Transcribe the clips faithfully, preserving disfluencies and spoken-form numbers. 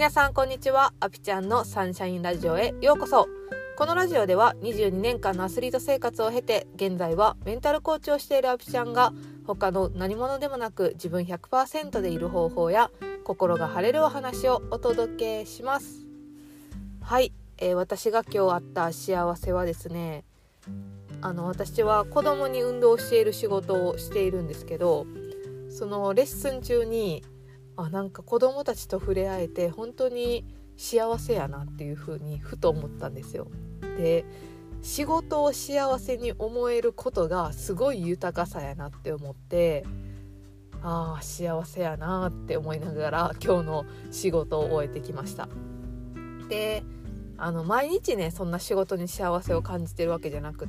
皆さんこんにちは。アピちゃんのサンシャインラジオへようこそ。このラジオではにじゅうにねんかんのアスリート生活を経て、現在はメンタルコーチをしているアピちゃんが、他の何者でもなく自分 ひゃくパーセント でいる方法や心が晴れるお話をお届けします。はい、えー、私が今日あった幸せはですね、あの私は子供に運動を教える仕事をしているんですけど、そのレッスン中にあなんか子供たちと触れ合えて本当に幸せやなっていう風にふと思ったんですよ。で、仕事を幸せに思えることがすごい豊かさやなって思って、ああ幸せやなって思いながら今日の仕事を終えてきました。で、あの毎日ねそんな仕事に幸せを感じてるわけじゃなくって、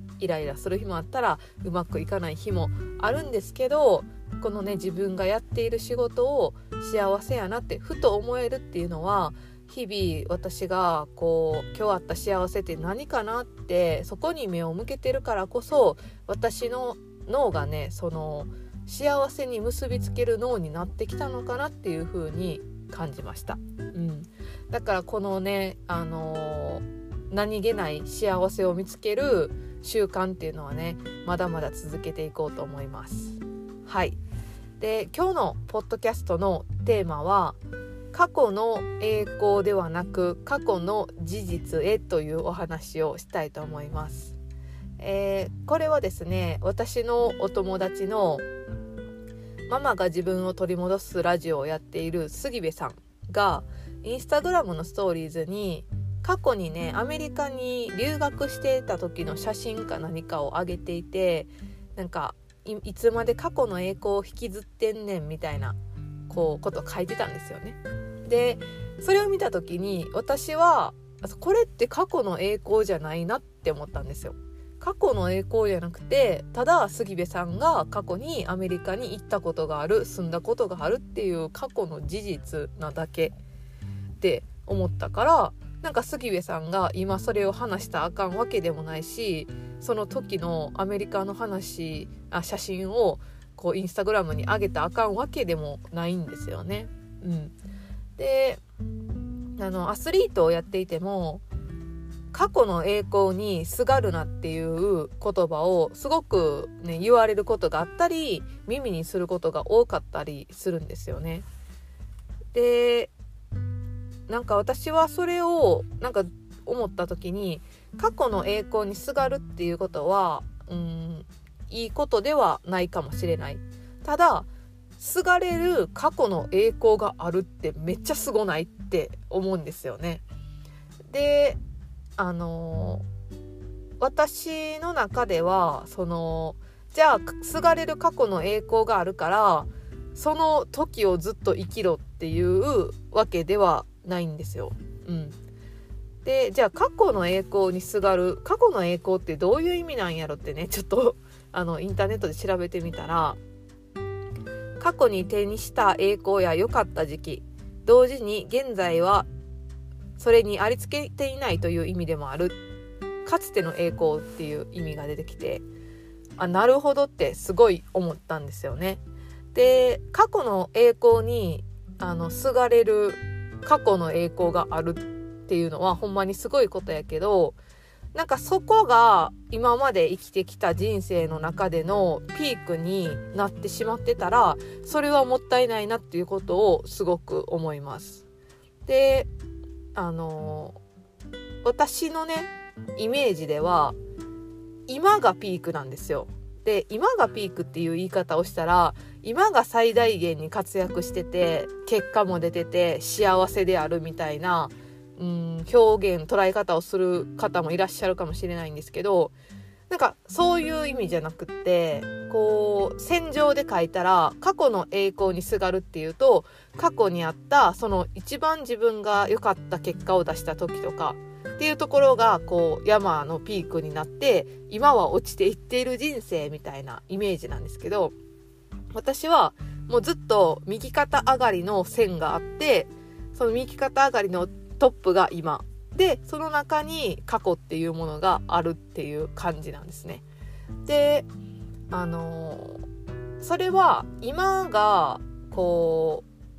イライラする日もあったらうまくいかない日もあるんですけど、このね自分がやっている仕事を幸せやなってふと思えるっていうのは、日々私がこう今日あった幸せって何かなって、そこに目を向けてるからこそ、私の脳がねその幸せに結びつける脳になってきたのかなっていう風に感じました。うん、だからこのね、あのー、何気ない幸せを見つける習慣っていうのはね、まだまだ続けていこうと思います。はい。で、今日のポッドキャストのテーマは、過去の栄光ではなく過去の事実へというお話をしたいと思います。えー、これはですね、私のお友達のママが自分を取り戻すラジオをやっている杉部さんがインスタグラムのストーリーズに、過去にねアメリカに留学していた時の写真か何かを上げていて、なんか い, いつまで過去の栄光を引きずってんねんみたいなこうことを書いてたんですよね。で、それを見た時に私はこれって過去の栄光じゃないなって思ったんですよ。過去の栄光じゃなくて、ただ杉部さんが過去にアメリカに行ったことがある、住んだことがあるっていう過去の事実なだけって思ったから、なんか杉部さんが今それを話したらあかんわけでもないし、その時のアメリカの話あ写真をこうインスタグラムに上げたらあかんわけでもないんですよね。うん、で、あのアスリートをやっていても過去の栄光にすがるなっていう言葉をすごく、ね、言われることがあったり、耳にすることが多かったりするんですよね。で、なんか私はそれをなんか思った時に、過去の栄光にすがるっていうことは、うーん、いいことではないかもしれない。ただすがれる過去の栄光があるってめっちゃすごないって思うんですよね。で、あのー、私の中ではそのじゃあすがれる過去の栄光があるからその時をずっと生きろっていうわけではないんですよ。うん、で、じゃあ過去の栄光にすがる、過去の栄光ってどういう意味なんやろってね、ちょっとあのインターネットで調べてみたら、過去に手にした栄光や良かった時期、同時に現在はそれにありつけていないという意味でもある、かつての栄光っていう意味が出てきて、あ、なるほどってすごい思ったんですよね。で、過去の栄光にあのすがれる過去の栄光があるっていうのはほんまにすごいことやけど、なんかそこが今まで生きてきた人生の中でのピークになってしまってたら、それはもったいないなっていうことをすごく思います。で、あの私のねイメージでは今がピークなんですよ。で、今がピークっていう言い方をしたら、今が最大限に活躍してて結果も出てて幸せであるみたいな、うん、表現捉え方をする方もいらっしゃるかもしれないんですけど、なんかそういう意味じゃなくって、こう線上で書いたら過去の栄光にすがるっていうと、過去にあったその一番自分が良かった結果を出した時とかっていうところがこう山のピークになって、今は落ちていっている人生みたいなイメージなんですけど、私はもうずっと右肩上がりの線があって、その右肩上がりのトップが今で、その中に過去っていうものがあるっていう感じなんですね。で、あのー、それは今がこう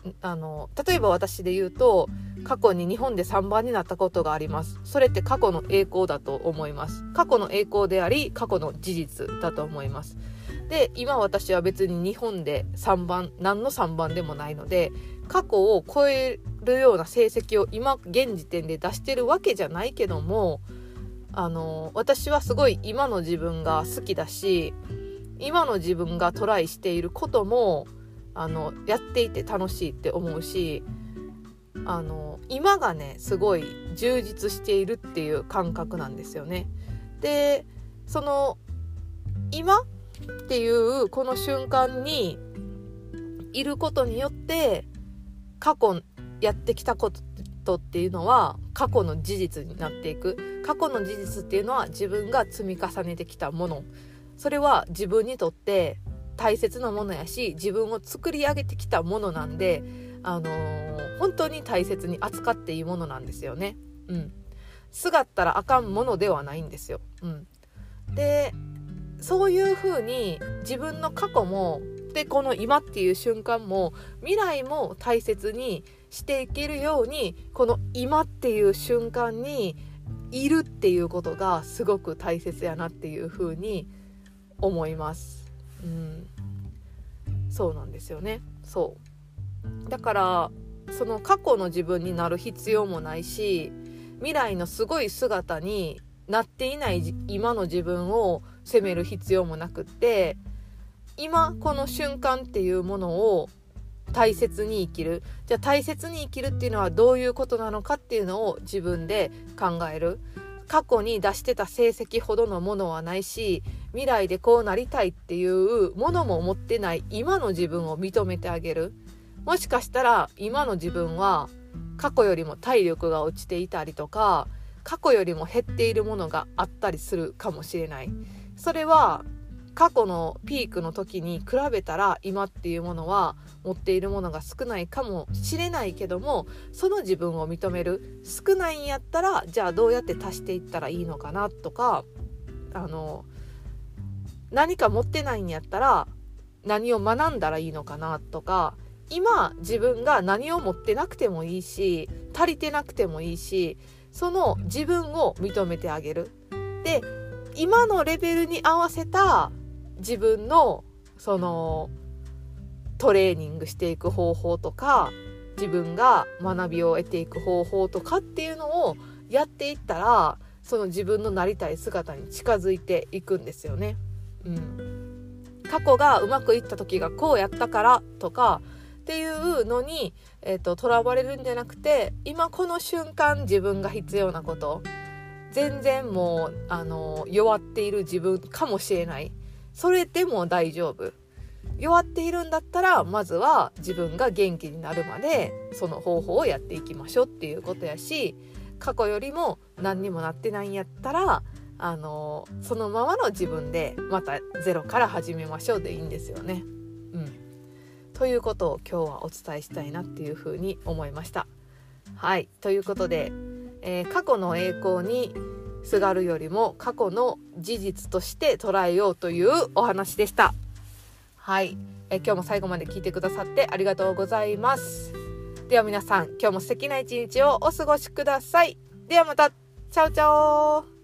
あの例えば私で言うと、過去に日本でさんばんになったことがあります。それって過去の栄光だと思います。過去の栄光であり、過去の事実だと思います。で、今私は別に日本でさんばん、何のさんばんでもないので、過去を超えるような成績を今現時点で出してるわけじゃないけども、あの私はすごい今の自分が好きだし、今の自分がトライしていることもあのやっていて楽しいって思うし、あの今がねすごい充実しているっていう感覚なんですよね。で、その今っていうこの瞬間にいることによって、過去やってきたことっていうのは過去の事実になっていく。過去の事実っていうのは自分が積み重ねてきたもの、それは自分にとって大切なものやし、自分を作り上げてきたものなんで、あのー、本当に大切に扱っていいものなんですよね。うん。すがったらあかんものではないんですよ。うん。で、そういう風に自分の過去もでこの今っていう瞬間も未来も大切にしていけるように、この今っていう瞬間にいるっていうことがすごく大切やなっていう風に思います。うん、そうなんですよね。そうだからその過去の自分になる必要もないし、未来のすごい姿になっていない今の自分を責める必要もなくって、今この瞬間っていうものを大切に生きる。じゃあ大切に生きるっていうのはどういうことなのかっていうのを自分で考える。過去に出してた成績ほどのものはないし、未来でこうなりたいっていうものも持ってない今の自分を認めてあげる。もしかしたら今の自分は過去よりも体力が落ちていたりとか、過去よりも減っているものがあったりするかもしれない。それは過去のピークの時に比べたら今っていうものは持っているものが少ないかもしれないけども、その自分を認める。少ないんやったらじゃあどうやって足していったらいいのかなとか、あの何か持ってないんやったら何を学んだらいいのかなとか、今自分が何を持ってなくてもいいし、足りてなくてもいいし、その自分を認めてあげる。で、今のレベルに合わせた自分のそのトレーニングしていく方法とか、自分が学びを得ていく方法とかっていうのをやっていったら、その自分のなりたい姿に近づいていくんですよね。うん、過去がうまくいった時がこうやったからとかっていうのに、えーと、とらわれるんじゃなくて、今この瞬間自分が必要なこと、全然もうあの弱っている自分かもしれない。それでも大丈夫。弱っているんだったらまずは自分が元気になるまでその方法をやっていきましょうっていうことやし、過去よりも何にもなってないんやったらあのそのままの自分でまたゼロから始めましょうでいいんですよね。うん。ということを今日はお伝えしたいなっていうふうに思いました。はい。ということで、えー、過去の栄光にすがるよりも過去の事実として捉えようというお話でした。はい、えー、今日も最後まで聞いてくださってありがとうございます。では皆さん、今日も素敵な一日をお過ごしください。ではまた。チャオチャオ。